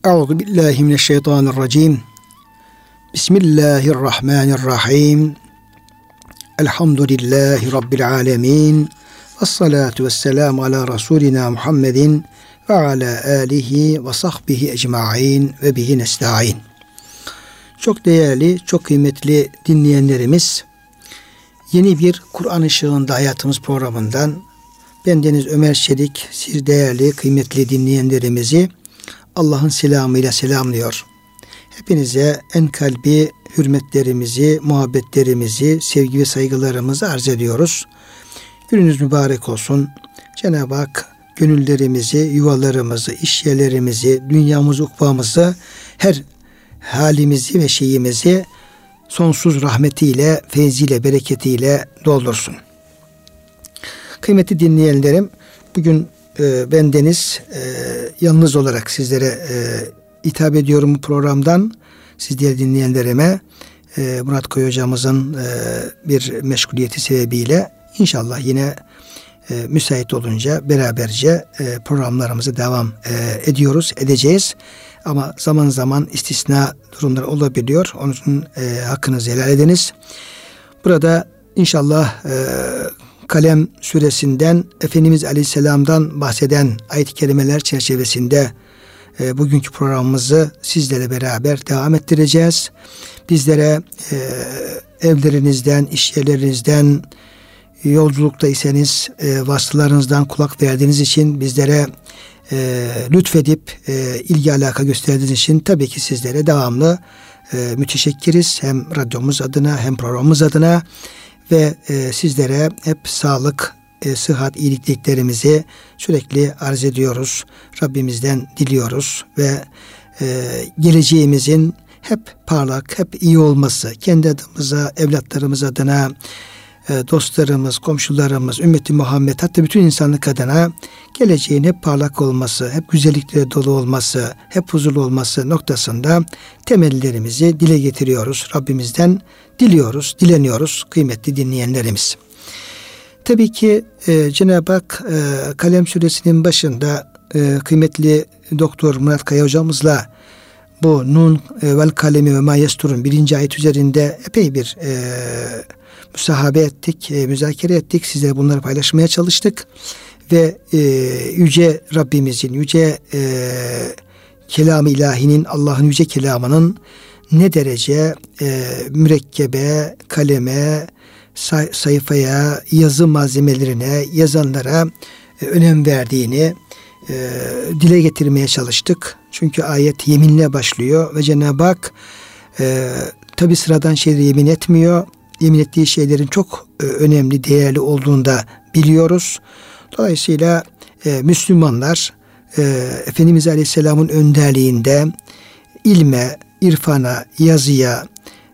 Euzu billahi mineşşeytanirracim. Bismillahirrahmanirrahim. Elhamdülillahi rabbil alamin. Vessalatu vesselamu ala rasulina Muhammedin ve ala alihi ve sahbihi ecmaîn ve bihi nestaîn. Çok değerli, çok kıymetli dinleyenlerimiz, yeni bir Kur'an Işığında Hayatımız programından bendeniz Ömer Çelik, siz değerli, kıymetli dinleyenlerimizi Allah'ın selamıyla selamlıyor. Hepinize en kalbi hürmetlerimizi, muhabbetlerimizi, sevgi ve saygılarımızı arz ediyoruz. Gününüz mübarek olsun. Cenab-ı Hak gönüllerimizi, yuvalarımızı, işyerlerimizi, dünyamızı, ukbamızı, her halimizi ve şeyimizi sonsuz rahmetiyle, feyziyle, bereketiyle doldursun. Kıymetli dinleyenlerim, bugün bendeniz yalnız olarak sizlere hitap ediyorum bu programdan. Siz diğer dinleyenlerime Murat Koy hocamızın bir meşguliyeti sebebiyle inşallah yine müsait olunca beraberce programlarımızı devam edeceğiz. Ama zaman zaman istisna durumlar olabiliyor. Onun için hakkınızı helal ediniz. Burada inşallah Kalem suresinden Efendimiz Aleyhisselam'dan bahseden ayet-i kerimeler çerçevesinde bugünkü programımızı sizlerle beraber devam ettireceğiz. Bizlere evlerinizden, iş yerlerinizden, yolculuktaysanız vasıtalarınızdan kulak verdiğiniz için, bizlere lütfedip ilgi alaka gösterdiğiniz için tabii ki sizlere devamlı müteşekkiriz. Hem radyomuz adına hem programımız adına ve sizlere hep sağlık, sıhhat, iyilik dileklerimizi sürekli arz ediyoruz. Rabbimizden diliyoruz ve geleceğimizin hep parlak, hep iyi olması, kendi adımıza, evlatlarımız adına, dostlarımız, komşularımız, ümmeti Muhammed, hatta bütün insanlık adına geleceğin hep parlak olması, hep güzellikle dolu olması, hep huzurlu olması noktasında temellerimizi dile getiriyoruz. Rabbimizden diliyoruz, dileniyoruz kıymetli dinleyenlerimiz. Tabii ki Cenab-ı Hak Kalem suresinin başında kıymetli Doktor Murat Kaya hocamızla bu Nun vel kalemi ve ma yesturun 1. ayet üzerinde epey bir müsahabe ettik, müzakere ettik. Size bunları paylaşmaya çalıştık. Ve yüce Rabbimizin, yüce kelam-ı ilahinin, Allah'ın yüce kelamının ne derece mürekkebe, kaleme, sayfaya, yazı malzemelerine, yazanlara önem verdiğini dile getirmeye çalıştık. Çünkü ayet yeminle başlıyor ve Cenab-ı Hak tabi sıradan şeyleri yemin etmiyor. Yemin ettiği şeylerin çok önemli, değerli olduğunu da biliyoruz. Dolayısıyla Müslümanlar Efendimiz Aleyhisselam'ın önderliğinde ilme, irfana, yazıya,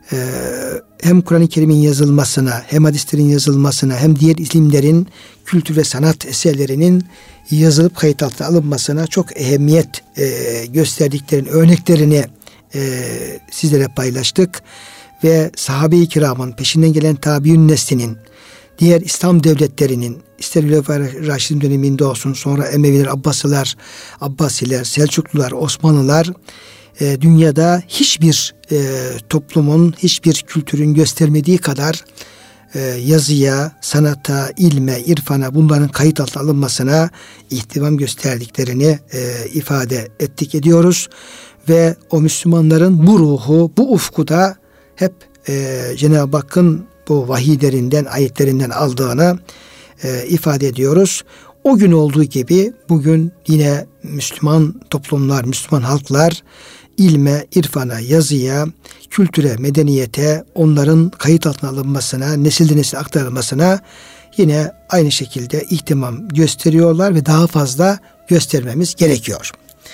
hem Kur'an-ı Kerim'in yazılmasına, hem hadislerin yazılmasına, hem diğer ilimlerin, kültür ve sanat eserlerinin yazılıp kayıt altına alınmasına çok ehemmiyet gösterdiklerinin örneklerini sizlere paylaştık. Ve sahabe-i kiramın, peşinden gelen tabiün neslinin, diğer İslam devletlerinin, ister Hülefâ-i Raşidin döneminde olsun, sonra Emeviler, Abbasiler, Selçuklular, Osmanlılar, dünyada hiçbir toplumun, hiçbir kültürün göstermediği kadar yazıya, sanata, ilme, irfana, bunların kayıt altına alınmasına ihtimam gösterdiklerini ifade ediyoruz. Ve o Müslümanların bu ruhu, bu ufku da hep Cenab-ı Hakk'ın bu vahiylerinden, ayetlerinden aldığını ifade ediyoruz. O gün olduğu gibi bugün yine Müslüman toplumlar, Müslüman halklar ilme, irfana, yazıya, kültüre, medeniyete, onların kayıt altına alınmasına, nesilden nesile aktarılmasına yine aynı şekilde ihtimam gösteriyorlar ve daha fazla göstermemiz gerekiyor.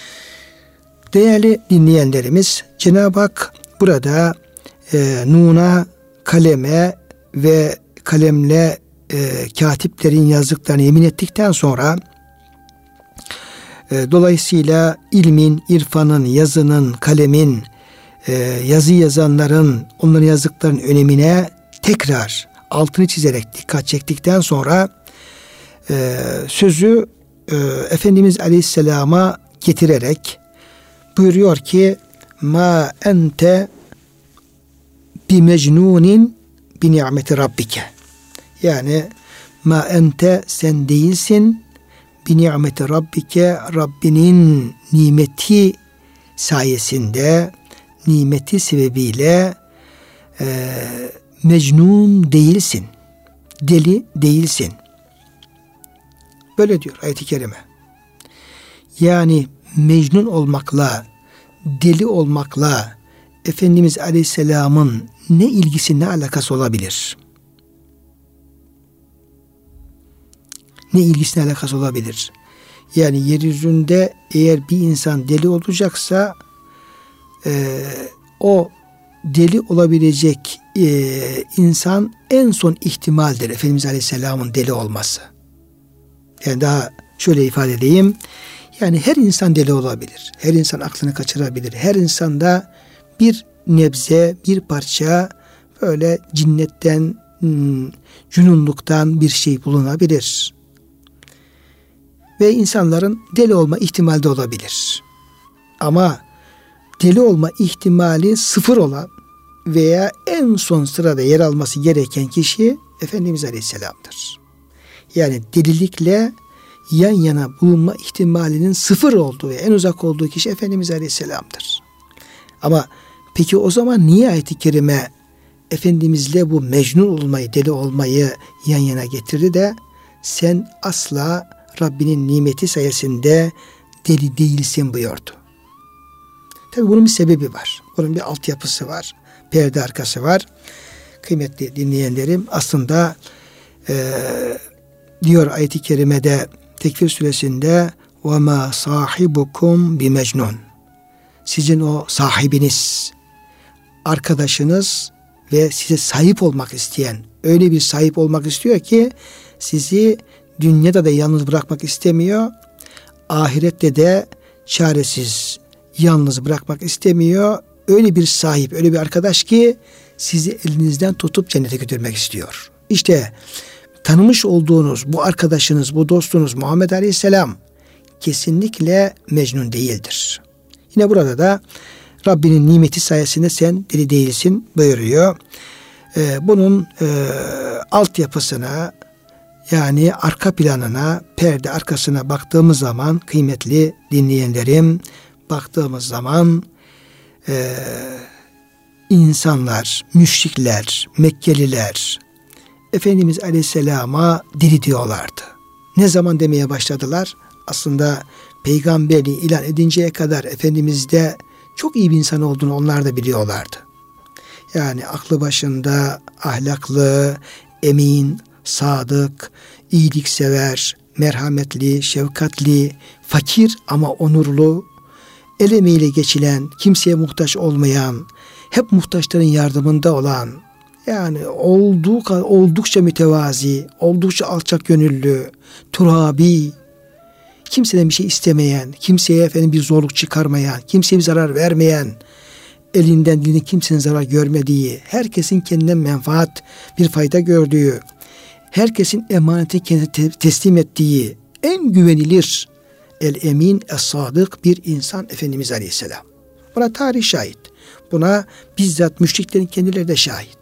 Değerli dinleyenlerimiz, Cenab-ı Hak burada Nun'a, kaleme ve kalemle katiplerin yazdıklarını yemin ettikten sonra dolayısıyla ilmin, irfanın, yazının, kalemin, yazı yazanların, onların yazdıklarının önemine tekrar altını çizerek dikkat çektikten sonra sözü Efendimiz Aleyhisselam'a getirerek buyuruyor ki ma ente bi mecnunin bi ni'meti rabbike. Yani ma ente sen değilsin bi ni'meti rabbike, Rabbinin nimeti sayesinde, nimeti sebebiyle mecnun değilsin. Deli değilsin. Böyle diyor ayet-i kerime. Yani mecnun olmakla, deli olmakla Efendimiz Aleyhisselam'ın ne ilgisi, ne alakası olabilir? Ne ilgisi, ne alakası olabilir? Yani yeryüzünde eğer bir insan deli olacaksa o deli olabilecek insan en son ihtimaldir Efendimiz Aleyhisselam'ın deli olması. Yani daha şöyle ifade edeyim. Yani her insan deli olabilir. Her insan aklını kaçırabilir. Her insanda bir nebze, bir parça böyle cinnetten, cünunluktan bir şey bulunabilir. Ve insanların deli olma ihtimali de olabilir. Ama deli olma ihtimali sıfır olan veya en son sırada yer alması gereken kişi Efendimiz Aleyhisselam'dır. Yani delilikle yan yana bulunma ihtimalinin sıfır olduğu ve en uzak olduğu kişi Efendimiz Aleyhisselam'dır. Ama peki o zaman niye ayet-i kerime Efendimizle bu mecnun olmayı, deli olmayı yan yana getirdi de sen asla Rabbinin nimeti sayesinde deli değilsin buyurdu? Tabi bunun bir sebebi var. Bunun bir altyapısı var. Perde arkası var. Kıymetli dinleyenlerim, aslında diyor ayet-i kerimede Tekvir suresinde وَمَا صَاحِبُكُمْ بِمَجْنُونَ. Sizin o sahibiniz, arkadaşınız ve size sahip olmak isteyen, öyle bir sahip olmak istiyor ki sizi dünyada da yalnız bırakmak istemiyor, ahirette de çaresiz yalnız bırakmak istemiyor. Öyle bir sahip, öyle bir arkadaş ki sizi elinizden tutup cennete götürmek istiyor. İşte tanımış olduğunuz bu arkadaşınız, bu dostunuz Muhammed Aleyhisselam kesinlikle mecnun değildir. Yine burada da Rabbinin nimeti sayesinde sen deli değilsin buyuruyor. Bunun altyapısına, yani arka planına, perde arkasına baktığımız zaman kıymetli dinleyenlerim, baktığımız zaman insanlar, müşrikler, Mekkeliler Efendimiz Aleyhisselam'a deli diyorlardı. Ne zaman demeye başladılar? Aslında peygamberliği ilan edinceye kadar Efendimiz'de çok iyi bir insan olduğunu onlar da biliyorlardı. Yani aklı başında, ahlaklı, emin, sadık, iyiliksever, merhametli, şefkatli, fakir ama onurlu, el emeğiyle geçilen, kimseye muhtaç olmayan, hep muhtaçların yardımında olan, yani oldukça mütevazi, oldukça alçak gönüllü, turabi, kimseden bir şey istemeyen, kimseye bir zorluk çıkarmayan, kimseye bir zarar vermeyen, elinden dilinden kimsenin zarar görmediği, herkesin kendinden menfaat, bir fayda gördüğü, herkesin emaneti kendine teslim ettiği en güvenilir, el-emin, es-sadık bir insan Efendimiz Aleyhisselam. Buna tarih şahit. Buna bizzat müşriklerin kendileri de şahit.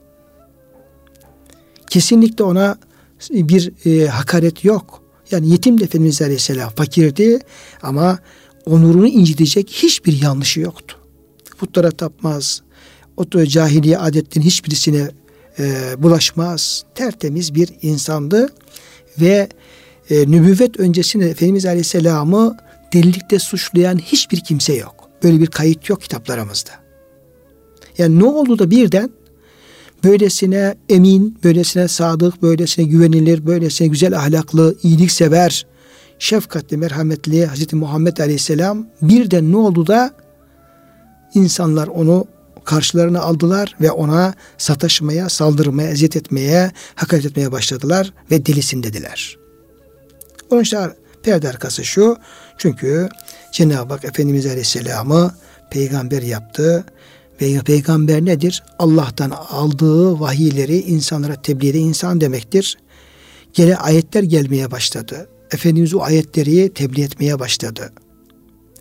Kesinlikle ona bir hakaret yok. Yani yetim de Efendimiz Aleyhisselam fakirdi ama onurunu incitecek hiçbir yanlışı yoktu. Putlara tapmaz, o cahiliye adetlerinin hiçbirisine bulaşmaz. Tertemiz bir insandı ve nübüvvet öncesinde Efendimiz Aleyhisselam'ı delilikle suçlayan hiçbir kimse yok. Böyle bir kayıt yok kitaplarımızda. Yani ne oldu da birden böylesine emin, böylesine sadık, böylesine güvenilir, böylesine güzel ahlaklı, iyiliksever, şefkatli, merhametli Hz. Muhammed Aleyhisselam birden ne oldu da insanlar onu karşılarına aldılar ve ona sataşmaya, saldırmaya, eziyet etmeye, hakaret etmeye başladılar ve delisin dediler. Onun işte perde arkası şu, çünkü Cenab-ı Hak Efendimiz Aleyhisselam'ı peygamber yaptı ve peygamber nedir? Allah'tan aldığı vahiyleri insanlara tebliğ eden insan demektir. Gene ayetler gelmeye başladı. Efendimiz o ayetleri tebliğ etmeye başladı.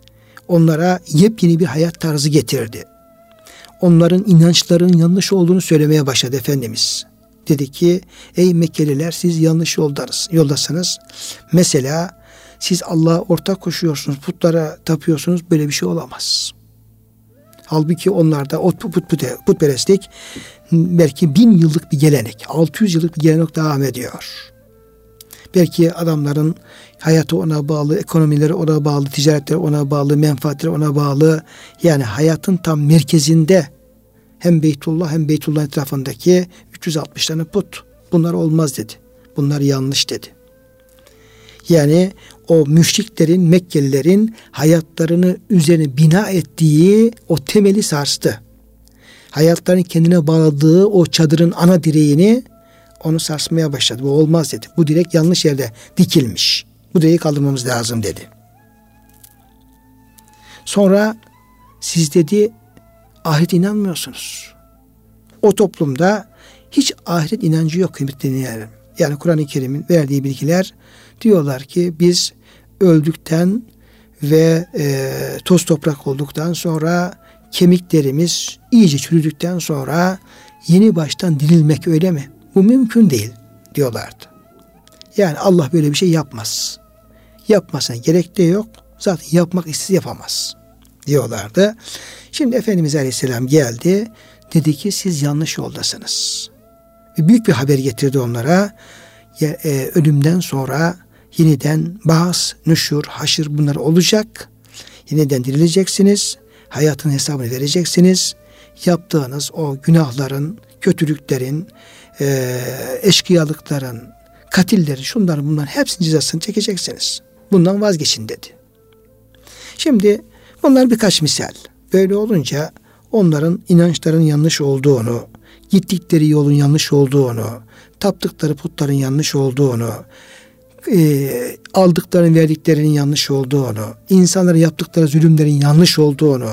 onlara yepyeni bir hayat tarzı getirdi. Onların inançlarının yanlış olduğunu söylemeye başladı Efendimiz. Dedi ki ey Mekkeliler siz yanlış yoldasınız. Mesela siz Allah'a ortak koşuyorsunuz, putlara tapıyorsunuz, böyle bir şey olamaz. Halbuki onlarda o putperestlik belki 1000 yıllık bir gelenek, 600 yıllık bir gelenek devam ediyor. Belki adamların hayatı ona bağlı, ekonomileri ona bağlı, ticaretleri ona bağlı, menfaatleri ona bağlı. Yani hayatın tam merkezinde hem Beytullah hem Beytullah etrafındaki 360 tane put. Bunlar olmaz dedi. Bunlar yanlış dedi. Yani o müşriklerin, Mekkelilerin hayatlarını üzerine bina ettiği o temeli sarstı. Hayatlarını kendine bağladığı o çadırın ana direğini onu sarsmaya başladı. Bu olmaz dedi. Bu direk yanlış yerde dikilmiş. Bu direği kaldırmamız lazım dedi. Sonra siz dedi ahiret inanmıyorsunuz. O toplumda hiç ahiret inancı yok kıymetli dinleyenlerim. Yani Kur'an-ı Kerim'in verdiği bilgiler diyorlar ki biz öldükten ve toz toprak olduktan sonra kemiklerimiz iyice çürüdükten sonra yeni baştan dirilmek öyle mi? Bu mümkün değil diyorlardı. Yani Allah böyle bir şey yapmaz. Yapmasına gerek de yok. Zaten yapmak istese yapamaz diyorlardı. Şimdi Efendimiz Aleyhisselam geldi. Dedi ki siz yanlış yoldasınız. Büyük bir haber getirdi onlara. Ölümden sonra yeniden ba'as, nüşur, haşır bunlar olacak. Yeniden dirileceksiniz. Hayatın hesabını vereceksiniz. Yaptığınız o günahların, kötülüklerin, eşkıyalıkların, katillerin, şunların bunların hepsinin cezasını çekeceksiniz. Bundan vazgeçin dedi. Şimdi bunlar birkaç misal. Böyle olunca onların inançların yanlış olduğunu, gittikleri yolun yanlış olduğunu, taptıkları putların yanlış olduğunu, aldıklarının verdiklerinin yanlış olduğunu, insanların yaptıkları zulümlerin yanlış olduğunu,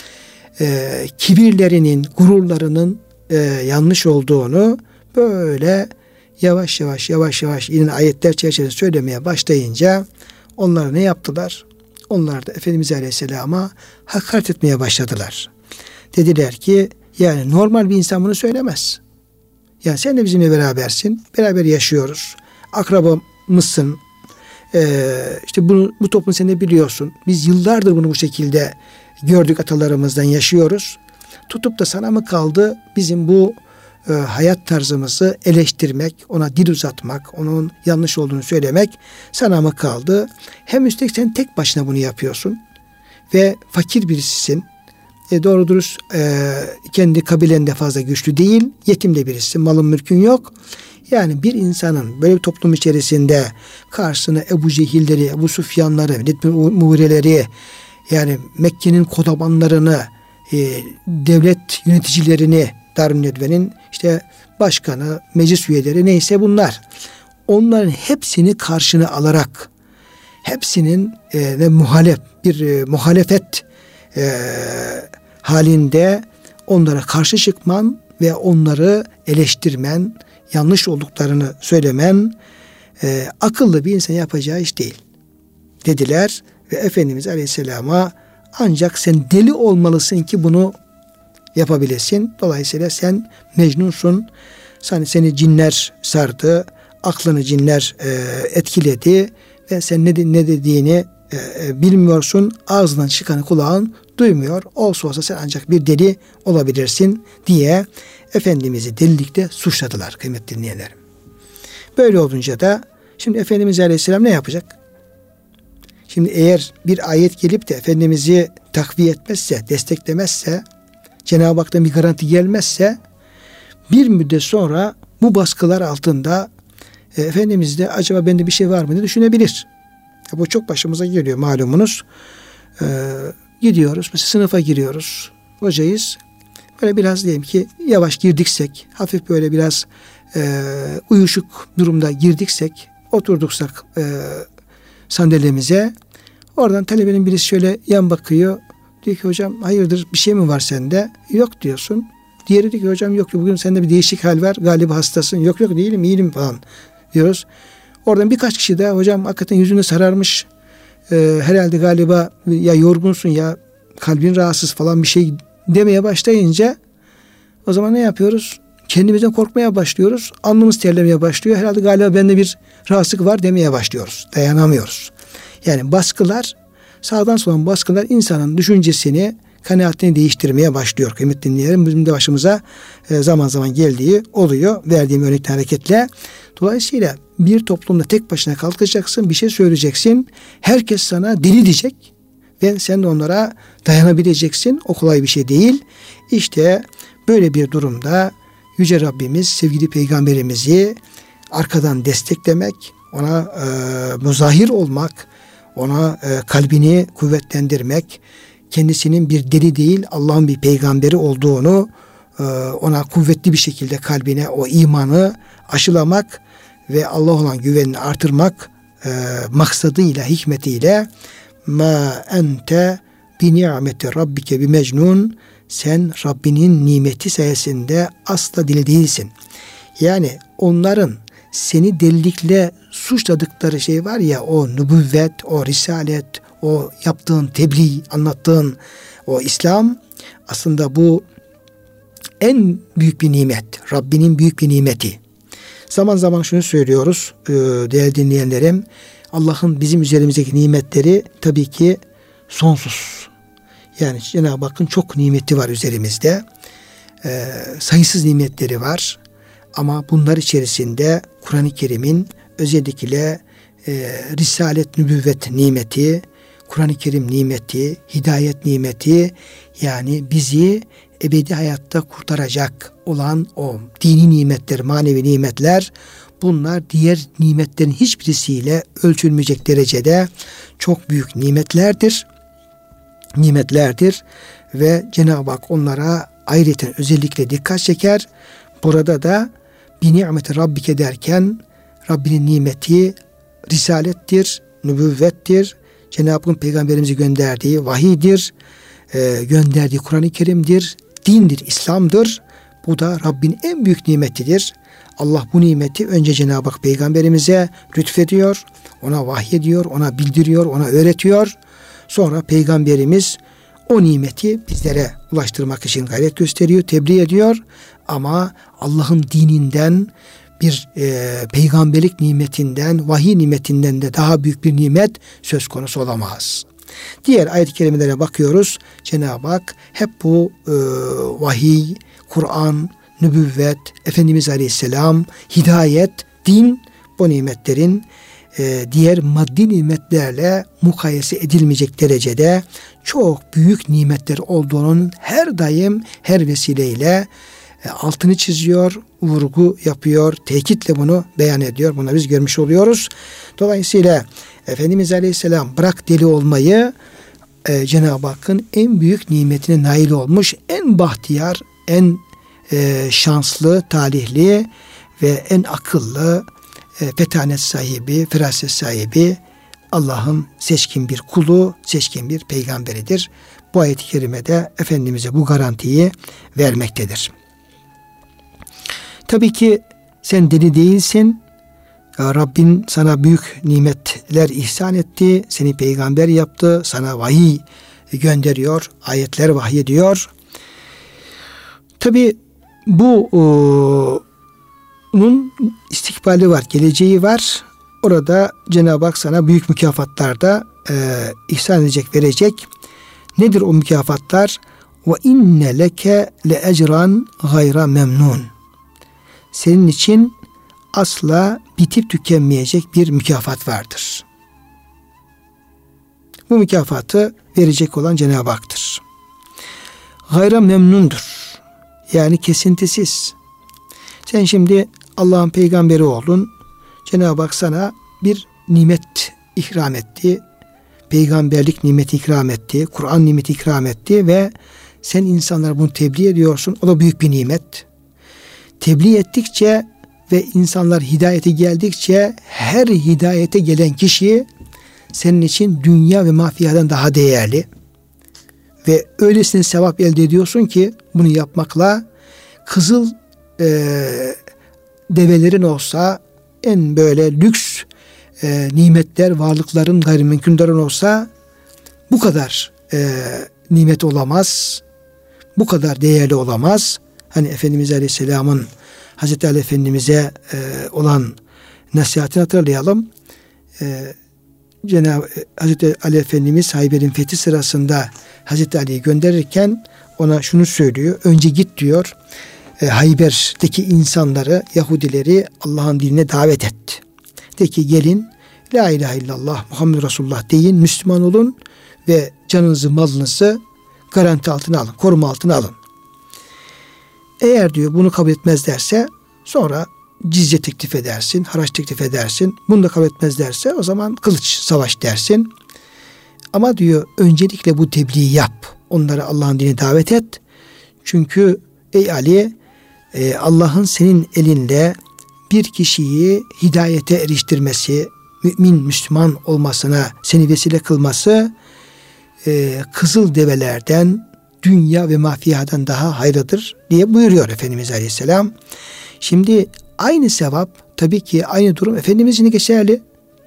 kibirlerinin, gururlarının yanlış olduğunu böyle yavaş yavaş inen ayetler çerçevesinde söylemeye başlayınca onlar ne yaptılar? Onlar da Efendimiz Aleyhisselam'a hakaret etmeye başladılar. Dediler ki yani normal bir insan bunu söylemez. Yani sen de bizimle berabersin. Beraber yaşıyoruz. Akrabamızsın. İşte bu toplumu sen de biliyorsun. Biz yıllardır bunu bu şekilde gördük, atalarımızdan yaşıyoruz. Tutup da sana mı kaldı bizim bu hayat tarzımızı eleştirmek, ona dil uzatmak, onun yanlış olduğunu söylemek sana mı kaldı? Hem üstelik sen tek başına bunu yapıyorsun ve fakir birisisin. Doğru dürüst kendi kabilende fazla güçlü değil, yetim de birisin, malın mülkün yok. Yani bir insanın böyle bir toplum içerisinde karşısına Ebu Cehilleri, Ebu Süfyanları, Velid bin Muğireleri, yani Mekke'nin kodamanlarını, devlet yöneticilerini, Darun Nedve'nin işte başkanı, meclis üyeleri neyse bunlar. Onların hepsini karşına alarak hepsinin muhalefet halinde onlara karşı çıkman ve onları eleştirmen, yanlış olduklarını söylemen akıllı bir insan yapacağı iş değil dediler ve Efendimiz Aleyhisselam'a ancak sen deli olmalısın ki bunu yapabilesin. Dolayısıyla sen mecnunsun. Seni cinler sardı. Aklını cinler etkiledi. Ve sen ne dediğini bilmiyorsun. Ağzından çıkanı kulağın duymuyor. Olsa sen ancak bir deli olabilirsin diye Efendimiz'i delilikle suçladılar kıymetli dinleyenlerim. Böyle olunca da şimdi Efendimiz Aleyhisselam ne yapacak? Şimdi eğer bir ayet gelip de Efendimiz'i takviye etmezse, desteklemezse, Cenab-ı Hak'tan bir garanti gelmezse bir müddet sonra bu baskılar altında Efendimiz'de acaba bende bir şey var mı diye düşünebilir. Bu çok başımıza geliyor malumunuz. Gidiyoruz, mesela sınıfa giriyoruz. Hocayız. Böyle biraz diyelim ki yavaş girdiksek, hafif böyle biraz uyuşuk durumda girdiksek, oturduksak sandalyemize, oradan talebenin birisi şöyle yan bakıyor. Diyor ki hocam hayırdır bir şey mi var sende? Yok diyorsun. Diğeri diyor ki hocam yok bugün sende bir değişik hal var. Galiba hastasın. Yok değilim iyiyim falan diyoruz. Oradan birkaç kişi de hocam hakikaten yüzünde sararmış. herhalde galiba ya yorgunsun ya kalbin rahatsız falan bir şey demeye başlayınca o zaman ne yapıyoruz? Kendimizden korkmaya başlıyoruz. Alnımız terlemeye başlıyor. Herhalde galiba bende bir rahatsızlık var demeye başlıyoruz. Dayanamıyoruz. Yani baskılar, sağdan soldan baskılar insanın düşüncesini, kanaatini değiştirmeye başlıyor. Kıymetli dinleyenlerim, bizim de başımıza zaman zaman geldiği oluyor. Verdiğim örnekten hareketle. Dolayısıyla bir toplumda tek başına kalkacaksın, bir şey söyleyeceksin. Herkes sana deli diyecek ve sen de onlara dayanabileceksin. O kolay bir şey değil. İşte böyle bir durumda Yüce Rabbimiz sevgili peygamberimizi arkadan desteklemek, ona muzahir olmak, ona kalbini kuvvetlendirmek, kendisinin bir deli değil Allah'ın bir peygamberi olduğunu ona kuvvetli bir şekilde kalbine o imanı aşılamak ve Allah olan güvenini artırmak maksadıyla, hikmetiyle ma ente bi ni'meti rabbike bi mecnun, sen Rabbinin nimeti sayesinde asla deli değilsin. Yani onların seni delilikle suçladıkları şey var ya, o nübüvvet, o risalet, o yaptığın tebliğ, anlattığın o İslam, aslında bu en büyük bir nimet. Rabbinin büyük bir nimeti. Zaman zaman şunu söylüyoruz değerli dinleyenlerim. Allah'ın bizim üzerimizdeki nimetleri tabii ki sonsuz. Yani Cenab-ı Hakk'ın çok nimeti var üzerimizde. Sayısız nimetleri var. Ama bunlar içerisinde Kur'an-ı Kerim'in özellikle risalet, nübüvvet nimeti, Kur'an-ı Kerim nimeti, hidayet nimeti, yani bizi ebedi hayatta kurtaracak olan o dini nimetler, manevi nimetler, bunlar diğer nimetlerin hiçbirisiyle ölçülmeyecek derecede çok büyük nimetlerdir. Ve Cenab-ı Hak onlara ayrıca özellikle dikkat çeker. Burada da bi ni'meti rabbike derken Rabbinin nimeti risalettir, nübüvvettir, Cenab-ı Hakk'ın peygamberimizi gönderdiği vahiydir, gönderdiği Kur'an-ı Kerim'dir, dindir, İslam'dır. Bu da Rabbin en büyük nimetidir. Allah bu nimeti önce Cenab-ı Hak peygamberimize lütfediyor, ona vahyediyor, ona bildiriyor, ona öğretiyor. Sonra peygamberimiz o nimeti bizlere ulaştırmak için gayret gösteriyor, tebliğ ediyor. Ama Allah'ın dininden, bir peygamberlik nimetinden, vahiy nimetinden de daha büyük bir nimet söz konusu olamaz. Diğer ayet-i kerimelere bakıyoruz. Cenab-ı Hak hep bu vahiy, Kur'an, nübüvvet, Efendimiz Aleyhisselam, hidayet, din, bu nimetlerin diğer maddi nimetlerle mukayese edilmeyecek derecede çok büyük nimetler olduğunun her daim, her vesileyle altını çiziyor, vurgu yapıyor, tekitle bunu beyan ediyor. Bunu biz görmüş oluyoruz. Dolayısıyla Efendimiz Aleyhisselam bırak deli olmayı, Cenab-ı Hakk'ın en büyük nimetine nail olmuş, en bahtiyar, en şanslı, talihli ve en akıllı, fetanet sahibi, feraset sahibi Allah'ın seçkin bir kulu, seçkin bir peygamberidir. Bu ayet-i kerimede Efendimiz'e bu garantiyi vermektedir. Tabii ki sen deli değilsin. Rabbin sana büyük nimetler ihsan etti. Seni peygamber yaptı. Sana vahiy gönderiyor. Ayetler vahyediyor. Tabii bunun istikbali var, geleceği var. Orada Cenab-ı Hak sana büyük mükafatlar da ihsan edecek, verecek. Nedir o mükafatlar? Ve inne leke le ecran gayra memnun. Senin için asla bitip tükenmeyecek bir mükafat vardır. Bu mükafatı verecek olan Cenab-ı Hak'tır. Gayra memnundur. Yani kesintisiz. Sen şimdi Allah'ın peygamberi oldun. Cenab-ı Hak sana bir nimet ikram etti. Peygamberlik nimeti ikram etti. Kur'an nimeti ikram etti ve sen insanlara bunu tebliğ ediyorsun. O da büyük bir nimet. Tebliğ ettikçe ve insanlar hidayete geldikçe her hidayete gelen kişi senin için dünya ve mafiyadan daha değerli. Ve öylesine sevap elde ediyorsun ki bunu yapmakla kızıl develerin olsa, en böyle lüks nimetler, varlıkların gayrimümkünlerin olsa bu kadar nimet olamaz, bu kadar değerli olamaz. Hani Efendimiz Aleyhisselam'ın Hazreti Ali Efendimiz'e olan nasihatini hatırlayalım. Hazreti Ali Efendimiz Hayber'in fethi sırasında Hazreti Ali'yi gönderirken ona şunu söylüyor. Önce git diyor. Hayber'deki insanları, Yahudileri Allah'ın dinine davet et. De ki gelin La ilahe illallah Muhammed Resulullah deyin, Müslüman olun ve canınızı, malınızı garanti altına alın, koruma altına alın. Eğer diyor bunu kabul etmezlerse sonra cizye teklif edersin, haraç teklif edersin. Bunu da kabul etmezlerse o zaman kılıç savaş dersin. Ama diyor öncelikle bu tebliği yap. Onları Allah'ın dinine davet et. Çünkü ey Ali, Allah'ın senin elinde bir kişiyi hidayete eriştirmesi, mümin, Müslüman olmasına seni vesile kılması kızıl develerden, dünya ve mafiyadan daha hayırlıdır diye buyuruyor Efendimiz Aleyhisselam. Şimdi aynı sevap, tabii ki aynı durum Efendimiz'in geçerli.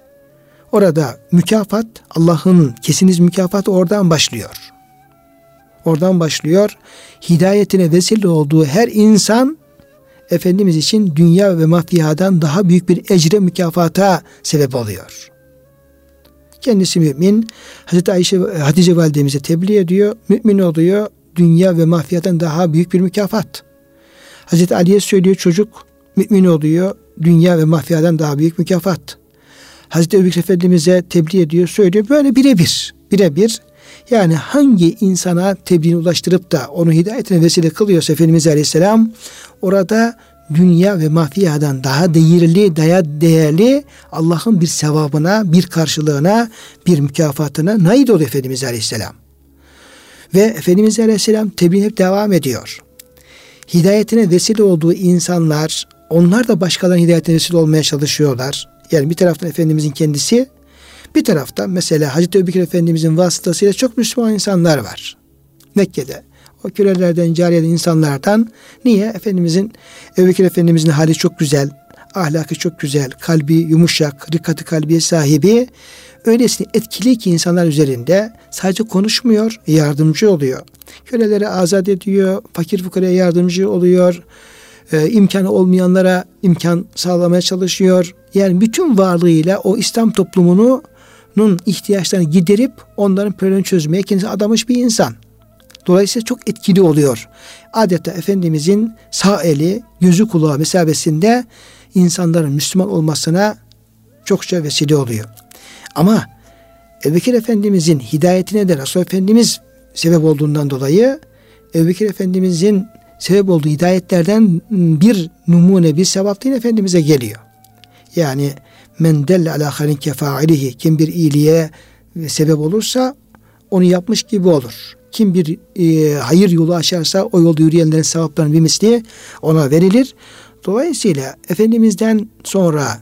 Orada mükafat, Allah'ın kesiniz mükafatı oradan başlıyor. Oradan başlıyor. Hidayetine vesile olduğu her insan Efendimiz için dünya ve mafiyadan daha büyük bir ecre, mükafata sebep oluyor. Kendisi mümin. Hazreti Hatice validemize tebliğ ediyor. Mümin oluyor. Dünya ve mafiyadan daha büyük bir mükafat. Hazreti Ali'ye söylüyor, çocuk mümin oluyor. Dünya ve mafiyadan daha büyük mükafat. Hazreti Ebubekir Efendimiz'e tebliğ ediyor, söylüyor. Böyle birebir. Yani hangi insana tebliğini ulaştırıp da onu hidayetine vesile kılıyorsa Efendimiz Aleyhisselam, orada dünya ve mafiyadan daha değerli Allah'ın bir sevabına, bir karşılığına, bir mükafatına nail oluyor Efendimiz Aleyhisselam. Ve Efendimiz Aleyhisselam tebliğ hep devam ediyor. Hidayetine vesile olduğu insanlar, onlar da başkalarının hidayetine vesile olmaya çalışıyorlar. Yani bir taraftan Efendimizin kendisi, bir taraftan mesela Hazreti Ebubekir Efendimizin vasıtasıyla çok Müslüman insanlar var. Mekke'de. O kölelerden, cariyeden, insanlardan. Niye? Ebubekir Efendimizin hali çok güzel, ahlakı çok güzel, kalbi yumuşak, rikkat-ı kalbiye sahibi. Öylesine etkili ki insanlar üzerinde sadece konuşmuyor, yardımcı oluyor. Köleleri azat ediyor, fakir fukaraya yardımcı oluyor. İmkanı olmayanlara imkan sağlamaya çalışıyor. Yani bütün varlığıyla o İslam toplumunun ihtiyaçlarını giderip onların problemini çözmeye kendisi adamış bir insan. Dolayısıyla çok etkili oluyor. Adeta Efendimizin sağ eli, gözü kulağı mesabesinde insanların Müslüman olmasına çokça vesile oluyor. Ama Ebubekir Efendimizin hidayetine de Resul Efendimiz sebep olduğundan dolayı Ebubekir Efendimizin sebep olduğu hidayetlerden bir numune, bir sevap da Efendimiz'e geliyor. Yani men delle ala hayrin kefailihi, kim bir iyiliğe sebep olursa onu yapmış gibi olur. Kim bir hayır yolu açarsa o yolda yürüyenlerin sevaplarının bir misli ona verilir. Dolayısıyla Efendimiz'den sonra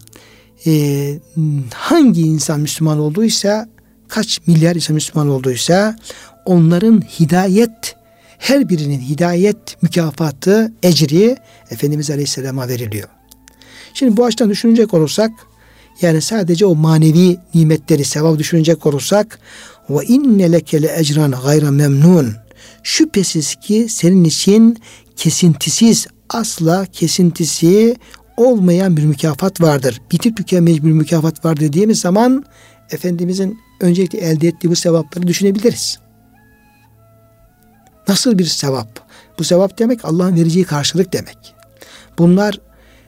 hangi insan Müslüman olduysa, kaç milyar insan Müslüman olduysa onların her birinin hidayet mükafatı, ecri Efendimiz Aleyhisselam'a veriliyor. Şimdi bu açıdan düşünecek olursak, yani sadece o manevi nimetleri, sevap düşünecek olursak, ve inne leke le ecran gayra memnun, şüphesiz ki senin için kesintisiz, asla kesintisi olmayan bir mükafat vardır. Bitip tükenmeyecek bir mükafat var dediğimiz zaman Efendimizin öncelikle elde ettiği bu sevapları düşünebiliriz. Nasıl bir sevap? Bu sevap demek Allah'ın vereceği karşılık demek. Bunlar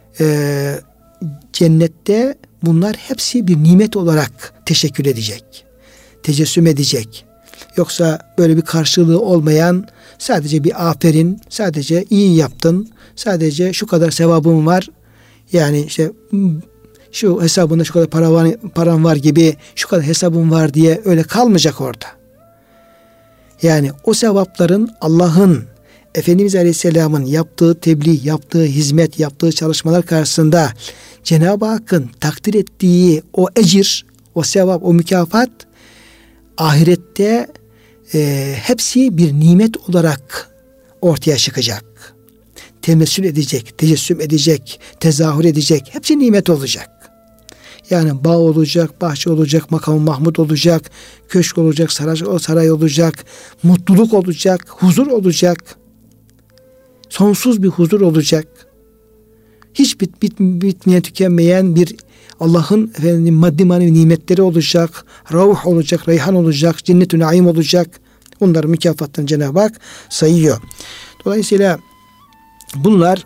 cennette bunlar hepsi bir nimet olarak teşekkür edecek. Tecessüm edecek. Yoksa böyle bir karşılığı olmayan, sadece bir aferin, sadece iyi yaptın, sadece şu kadar sevabın var, yani işte şu hesabında şu kadar param var gibi, şu kadar hesabım var diye öyle kalmayacak orada. Yani o sevapların Allah'ın, Efendimiz Aleyhisselam'ın yaptığı tebliğ, yaptığı hizmet, yaptığı çalışmalar karşısında Cenab-ı Hakk'ın takdir ettiği o ecir, o sevap, o mükafat ahirette hepsi bir nimet olarak ortaya çıkacak. Temessül edecek, tecessüm edecek, tezahür edecek. Hepsi nimet olacak. Yani bağ olacak, bahçe olacak, makam-ı mahmud olacak, köşk olacak, saray olacak, mutluluk olacak, huzur olacak. Sonsuz bir huzur olacak. Hiç bitmeyen, tükenmeyen bir Allah'ın maddi manevi nimetleri olacak. Ruh olacak, reyhan olacak, cennet-ü naim olacak. Bunların mükafatlarını Cenab-ı Hak sayıyor. Dolayısıyla bunlar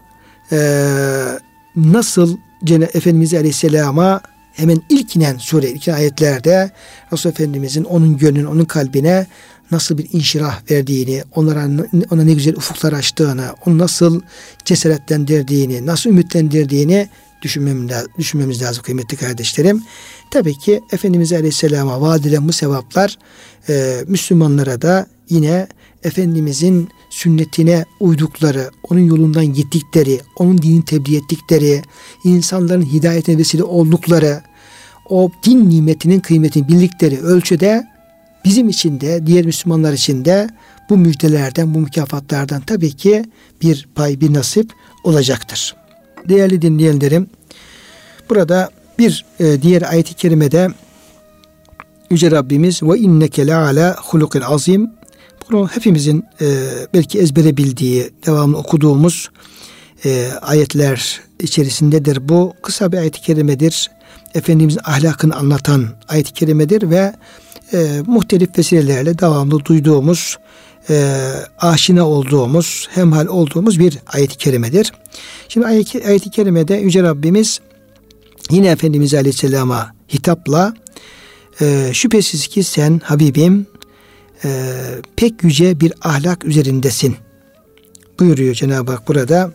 nasıl Efendimiz Aleyhisselam'a hemen ilk ayetlerde Resul Efendimizin onun gönlüne, onun kalbine nasıl bir inşirah verdiğini, ona ne güzel ufuklar açtığını, onu nasıl cesaretlendirdiğini, nasıl ümitlendirdiğini düşünmemiz lazım kıymetli kardeşlerim. Tabii ki Efendimiz Aleyhisselam'a vaat edilen bu sevaplar Müslümanlara da yine Efendimizin sünnetine uydukları, onun yolundan gittikleri, onun dinini tebliğ ettikleri, insanların hidayetine vesile oldukları, o din nimetinin kıymetini bildikleri ölçüde bizim için de, diğer Müslümanlar için de bu müjdelerden, bu mükafatlardan tabii ki bir pay, bir nasip olacaktır. Değerli dinleyenlerim, burada bir diğer ayet-i kerimede Yüce Rabbimiz ve inneke le'ala hulukil azim, bunu hepimizin belki ezbere bildiği, devamlı okuduğumuz ayetler içerisindedir. Bu kısa bir ayet-i kerimedir. Efendimizin ahlakını anlatan ayet-i kerimedir ve muhtelif vesilelerle devamlı duyduğumuz, aşina olduğumuz, hemhal olduğumuz bir ayet-i kerimedir. Şimdi ayet-i kerimede Yüce Rabbimiz yine Efendimiz Aleyhisselam'a hitapla şüphesiz ki sen Habibim pek yüce bir ahlak üzerindesin buyuruyor Cenab-ı Hak burada.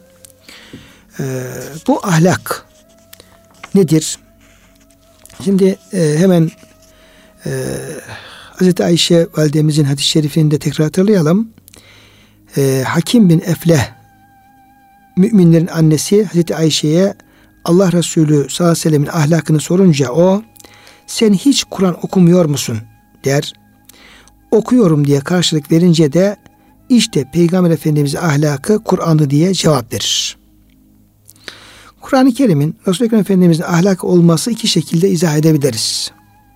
Bu ahlak nedir? Şimdi hemen Hazreti Ayşe validemizin hadis-i şerifini de tekrar hatırlayalım. Hakim bin Efleh, müminlerin annesi, Hazreti Ayşe'ye Allah Resulü sallallahu aleyhi ve sellemin ahlakını sorunca o, sen hiç Kur'an okumuyor musun der. Okuyorum diye karşılık verince de işte Peygamber Efendimiz'in ahlakı Kur'an'dı diye cevap verir. Kur'an-ı Kerim'in Resul-i Ekrem Efendimiz'in ahlakı olması iki şekilde izah edebiliriz.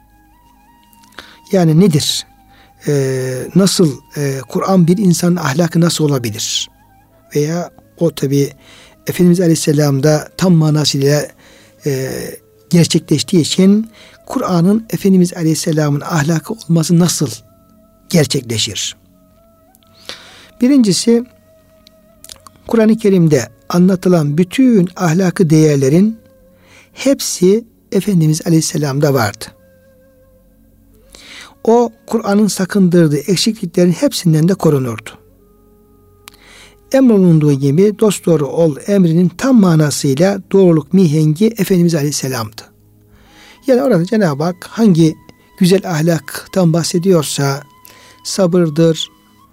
Yani nedir? Nasıl Kur'an bir insanın ahlakı nasıl olabilir? Veya o tabi Efendimiz Aleyhisselam'da tam manasıyla gerçekleştiği için Kur'an'ın Efendimiz Aleyhisselam'ın ahlakı olması nasıl gerçekleşir? Birincisi, Kur'an-ı Kerim'de anlatılan bütün ahlakı değerlerin hepsi Efendimiz Aleyhisselam'da vardı. O Kur'an'ın sakındırdığı eksikliklerin hepsinden de korunurdu. Emrolunduğu gibi dosdoğru ol emrinin tam manasıyla doğruluk mihengi Efendimiz Aleyhisselam'dı. Yani orada Cenab-ı Hak hangi güzel ahlaktan bahsediyorsa sabırdır,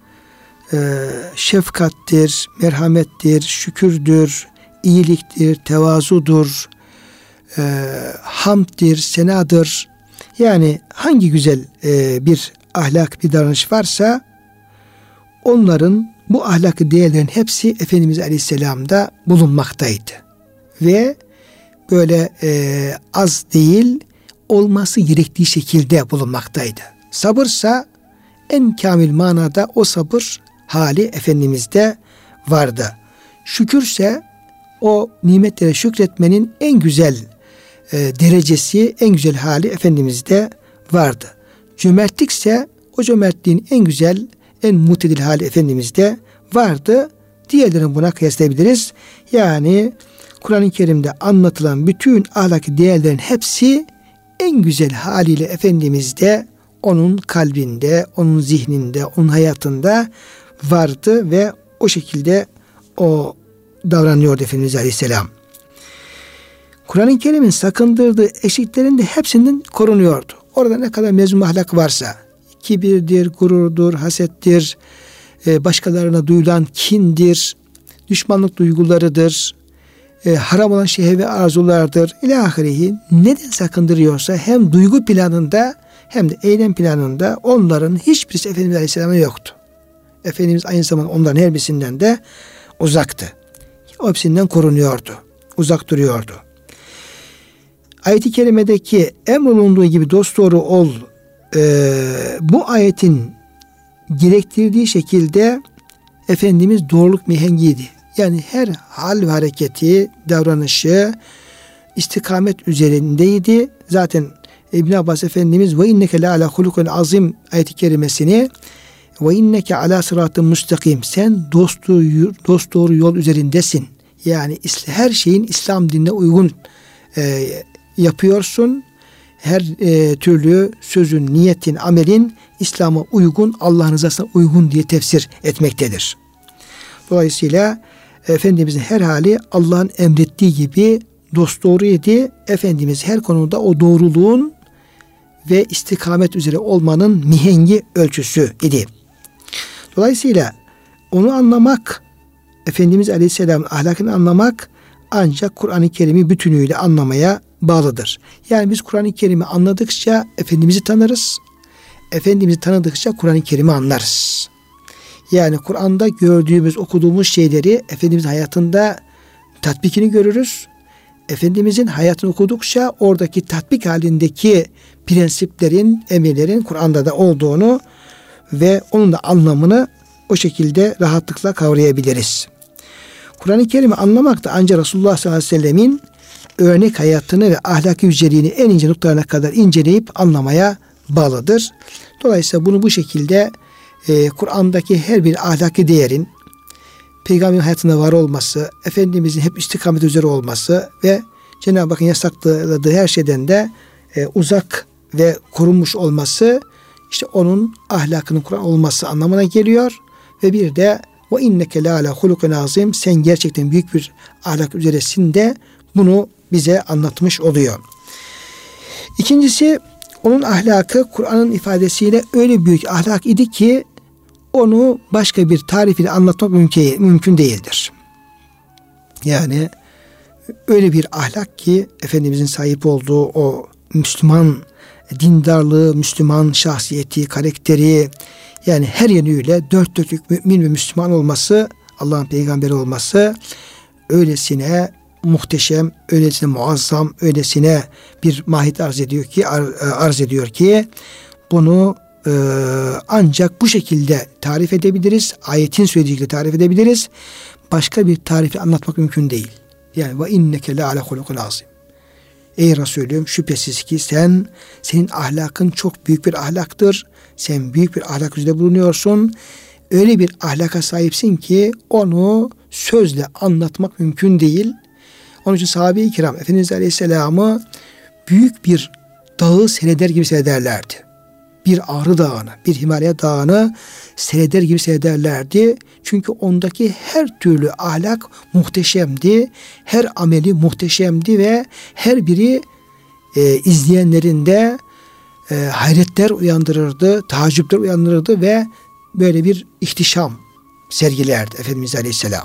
şefkattir, merhamettir, şükürdür, iyiliktir, tevazudur, hamddir, senadır. Yani hangi güzel bir ahlak, bir davranış varsa onların, bu ahlakı değerlerin hepsi Efendimiz Aleyhisselam'da bulunmaktaydı. Ve böyle az değil, olması gerektiği şekilde bulunmaktaydı. Sabırsa en kamil manada o sabır hali Efendimiz'de vardı. Şükürse o nimetlere şükretmenin en güzel derecesi, en güzel hali Efendimiz'de vardı. Cömertlikse o cömertliğin en güzel, en mutedil hali Efendimiz'de vardı. Diğerlerini buna kıyaslayabiliriz. Yani Kur'an-ı Kerim'de anlatılan bütün ahlaki değerlerin hepsi en güzel haliyle Efendimiz'de, onun kalbinde, onun zihninde, onun hayatında vardı ve o şekilde o davranıyordu Efendimiz Aleyhisselam. Kur'an-ı Kerim'in sakındırdığı eksiklerin de hepsinden korunuyordu. Orada ne kadar mezmum ahlak varsa, kibirdir, gururdur, hasettir, başkalarına duyulan kindir, düşmanlık duygularıdır, haram olan şehve arzulardır, ilahirihi, neden sakındırıyorsa hem duygu planında hem de eylem planında onların hiçbirisi Efendimiz Aleyhisselam'a yoktu. Efendimiz aynı zamanda onların her birisinden de uzaktı. O hepsinden korunuyordu, uzak duruyordu. ayet-i kerimedeki emrolunduğu gibi dosdoğru ol bu ayetin gerektirdiği şekilde Efendimiz doğruluk mihengiydi. Yani her hal ve hareketi, davranışı istikamet üzerindeydi. Zaten İbn Abbas Efendimiz ve inneke la ala hulukun azim ayet-i kerimesini ve inneke ala sıratın müstakim, sen dosdoğru yol üzerindesin. Yani her şeyin İslam dinine uygun yapıyorsun. Her türlü sözün, niyetin, amelin İslam'a uygun, Allah'ın rızasına uygun diye tefsir etmektedir. Dolayısıyla Efendimizin her hali Allah'ın emrettiği gibi dosdoğruydu. Efendimiz her konuda o doğruluğun ve istikamet üzere olmanın mihengi ölçüsü idi. Dolayısıyla onu anlamak, Efendimiz Aleyhisselam'ın ahlakını anlamak ancak Kur'an-ı Kerim'i bütünüyle anlamaya bağlıdır. Yani biz Kur'an-ı Kerim'i anladıkça Efendimiz'i tanırız. Efendimiz'i tanıdıkça Kur'an-ı Kerim'i anlarız. Yani Kur'an'da gördüğümüz, okuduğumuz şeyleri Efendimiz'in hayatında tatbikini görürüz. Efendimiz'in hayatını okudukça oradaki tatbik halindeki prensiplerin, emirlerin Kur'an'da da olduğunu ve onun da anlamını o şekilde rahatlıkla kavrayabiliriz. Kur'an-ı Kerim'i anlamak da ancak Resulullah sallallahu aleyhi ve sellemin örnek hayatını ve ahlaki yüceliğini en ince noktalarına kadar inceleyip anlamaya bağlıdır. Dolayısıyla bunu bu şekilde Kur'an'daki her bir ahlaki değerin Peygamberin hayatında var olması, Efendimizin hep istikamet üzere olması ve Cenab-ı Hakk'ın yasakladığı her şeyden de uzak ve korunmuş olması, işte onun ahlakının Kur'an olması anlamına geliyor. Ve bir de ve inneke la ala hulukun azim, sen gerçekten büyük bir ahlak üzeresin de bunu bize anlatmış oluyor. İkincisi, onun ahlakı Kur'an'ın ifadesiyle öyle büyük ahlak idi ki onu başka bir tarif ile anlatmak mümkün değildir. Yani öyle bir ahlak ki Efendimizin sahip olduğu o Müslüman dindarlığı, Müslüman şahsiyeti, karakteri, yani her yönüyle dört dörtlük mümin ve Müslüman olması, Allah'ın peygamberi olması öylesine muhteşem, öylesine muazzam, öylesine bir mahiyet arz ediyor ki bunu ancak bu şekilde tarif edebiliriz. Ayetin söylediğiyle tarif edebiliriz. Başka bir tarifi anlatmak mümkün değil. Yani ve inneke la ala hulukun azim. Ey Resulüm, şüphesiz ki senin ahlakın çok büyük bir ahlaktır. Sen büyük bir ahlak üzere bulunuyorsun. Öyle bir ahlaka sahipsin ki onu sözle anlatmak mümkün değil. Onun için sahabe-i kiram Efendimiz Aleyhisselam'ı büyük bir dağı seyreder gibi seyrederlerdi. Bir Ağrı Dağı'nı, bir Himalaya Dağı'nı seyreder gibi seyrederlerdi. Çünkü ondaki her türlü ahlak muhteşemdi. Her ameli muhteşemdi ve her biri izleyenlerinde hayretler uyandırırdı, tacipler uyandırırdı ve böyle bir ihtişam sergilerdi Efendimiz Aleyhisselam.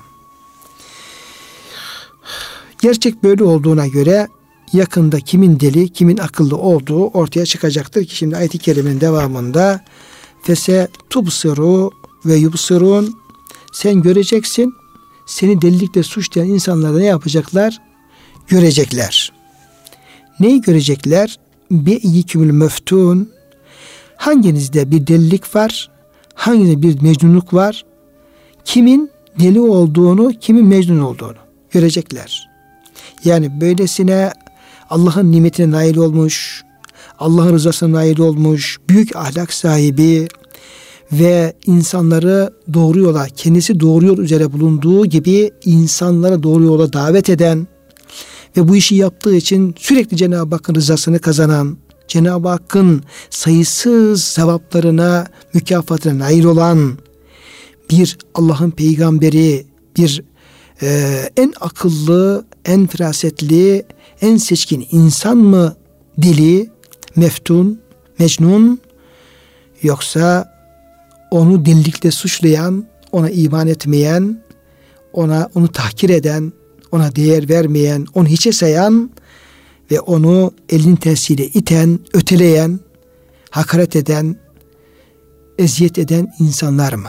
Gerçek böyle olduğuna göre yakında kimin deli, kimin akıllı olduğu ortaya çıkacaktır ki şimdi ayet-i kerimenin devamında fese tubsiru ve yubsirun, sen göreceksin, seni delilikle suçlayan insanlar da ne yapacaklar? Görecekler. Neyi görecekler? Be'yikümül meftun, hanginizde bir delilik var, hanginizde bir mecnunluk var, kimin deli olduğunu, kimin mecnun olduğunu görecekler. Yani böylesine Allah'ın nimetine nail olmuş, Allah'ın rızasına nail olmuş, büyük ahlak sahibi ve insanları doğru yola, kendisi doğru yol üzere bulunduğu gibi insanları doğru yola davet eden ve bu işi yaptığı için sürekli Cenab-ı Hakk'ın rızasını kazanan, Cenab-ı Hakk'ın sayısız sevaplarına, mükafatına nail olan bir Allah'ın peygamberi, bir en akıllı, en ferasetli, en seçkin insan mı deli, meftun, mecnun, yoksa onu delilikle suçlayan, ona iman etmeyen, onu tahkir eden, ona değer vermeyen, onu hiçe sayan ve onu elinin tersiyle iten, öteleyen, hakaret eden, eziyet eden insanlar mı?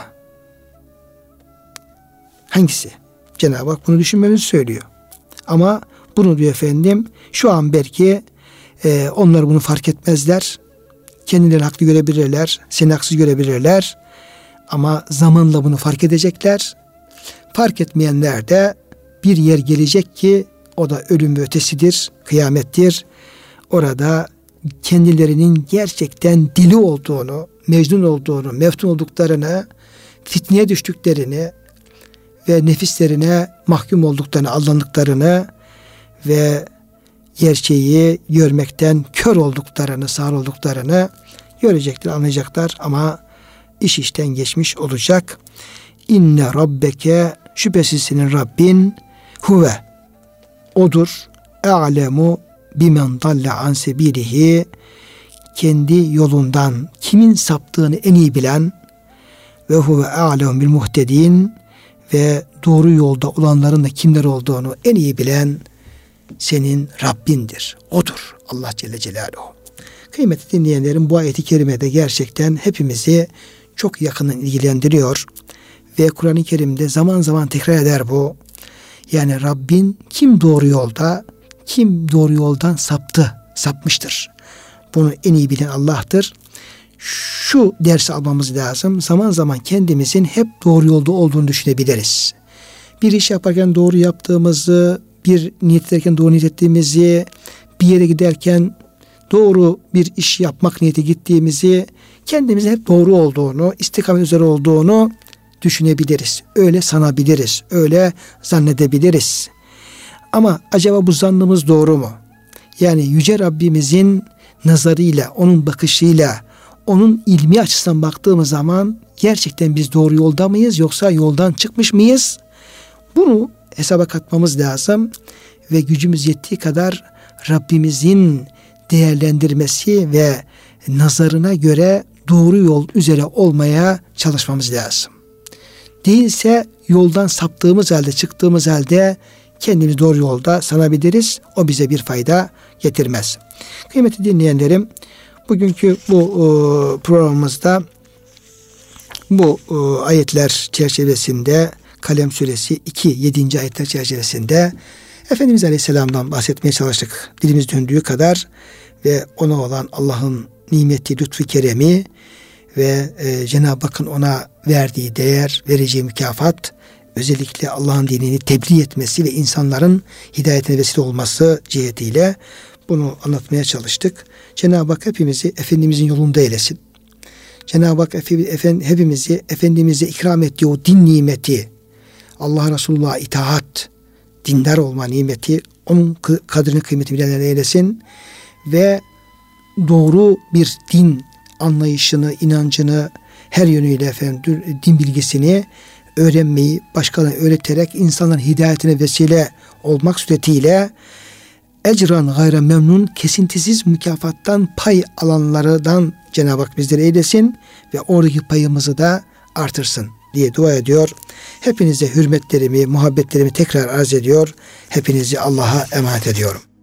Hangisi? Cenab-ı Hak bunu düşünmemizi söylüyor. Ama bunu diyor efendim, şu an belki Onlar bunu fark etmezler. Kendilerini haklı görebilirler, seni haksız görebilirler. Ama zamanla bunu fark edecekler. Fark etmeyenler de bir yer gelecek ki o da ölüm ve ötesidir, kıyamettir. Orada kendilerinin gerçekten deli olduğunu, mecnun olduğunu, meftun olduklarını, fitneye düştüklerini ve nefislerine mahkum olduklarını, aldandıklarını ve gerçeği görmekten kör olduklarını, sağır olduklarını görecekler, anlayacaklar ama iş işten geçmiş olacak. İnne rabbeke, şüphesiz senin Rabbin, huve, odur, a'lemu bimen dalle an sebilihi, kendi yolundan kimin saptığını en iyi bilen, ve huve a'lemu bil muhtedin, ve doğru yolda olanların da kimler olduğunu en iyi bilen senin Rabbindir. Odur Allah Celle Celaluhu. Kıymetli dinleyenlerim, bu ayeti kerimede gerçekten hepimizi çok yakından ilgilendiriyor. Ve Kur'an-ı Kerim'de zaman zaman tekrar eder bu. Yani Rabbin kim doğru yolda, kim doğru yoldan sapmıştır. Bunu en iyi bilen Allah'tır. Şu dersi almamız lazım. Zaman zaman kendimizin hep doğru yolda olduğunu düşünebiliriz. Bir iş yaparken doğru yaptığımızı, bir niyet ederken doğru niyet ettiğimizi, bir yere giderken doğru bir iş yapmak niyeti gittiğimizi, kendimizin hep doğru olduğunu, istikamet üzere olduğunu düşünebiliriz. Öyle sanabiliriz. Öyle zannedebiliriz. Ama acaba bu zannımız doğru mu? Yani Yüce Rabbimizin nazarıyla, onun bakışıyla, onun ilmi açısından baktığımız zaman gerçekten biz doğru yolda mıyız yoksa yoldan çıkmış mıyız? Bunu hesaba katmamız lazım ve gücümüz yettiği kadar Rabbimizin değerlendirmesi ve nazarına göre doğru yol üzere olmaya çalışmamız lazım. Değilse yoldan saptığımız halde, çıktığımız halde kendimiz doğru yolda sanabiliriz. O bize bir fayda getirmez. Kıymetli dinleyenlerim, bugünkü bu programımızda bu ayetler çerçevesinde, Kalem suresi 2-7. ayetler çerçevesinde Efendimiz Aleyhisselam'dan bahsetmeye çalıştık. Dilimiz döndüğü kadar ve ona olan Allah'ın nimeti, lütfu, keremi ve Cenab-ı Hakk'ın ona verdiği değer, vereceği mükafat, özellikle Allah'ın dinini tebliğ etmesi ve insanların hidayetine vesile olması cihetiyle bunu anlatmaya çalıştık. Cenab-ı Hak hepimizi Efendimizin yolunda eylesin. Cenab-ı Hak hepimizi Efendimiz'e ikram ettiği o din nimeti, Allah Resulullah'a itaat, dindar olma nimeti, onun kadrini kıymetini bilenler eylesin ve doğru bir din anlayışını, inancını her yönüyle din bilgisini öğrenmeyi başkalarına öğreterek insanların hidayetine vesile olmak suretiyle ecran gayre memnun, kesintisiz mükafattan pay alanlardan Cenab-ı Hak bizleri eylesin ve oradaki payımızı da artırsın diye dua ediyor. Hepinize hürmetlerimi, muhabbetlerimi tekrar arz ediyor. Hepinizi Allah'a emanet ediyorum.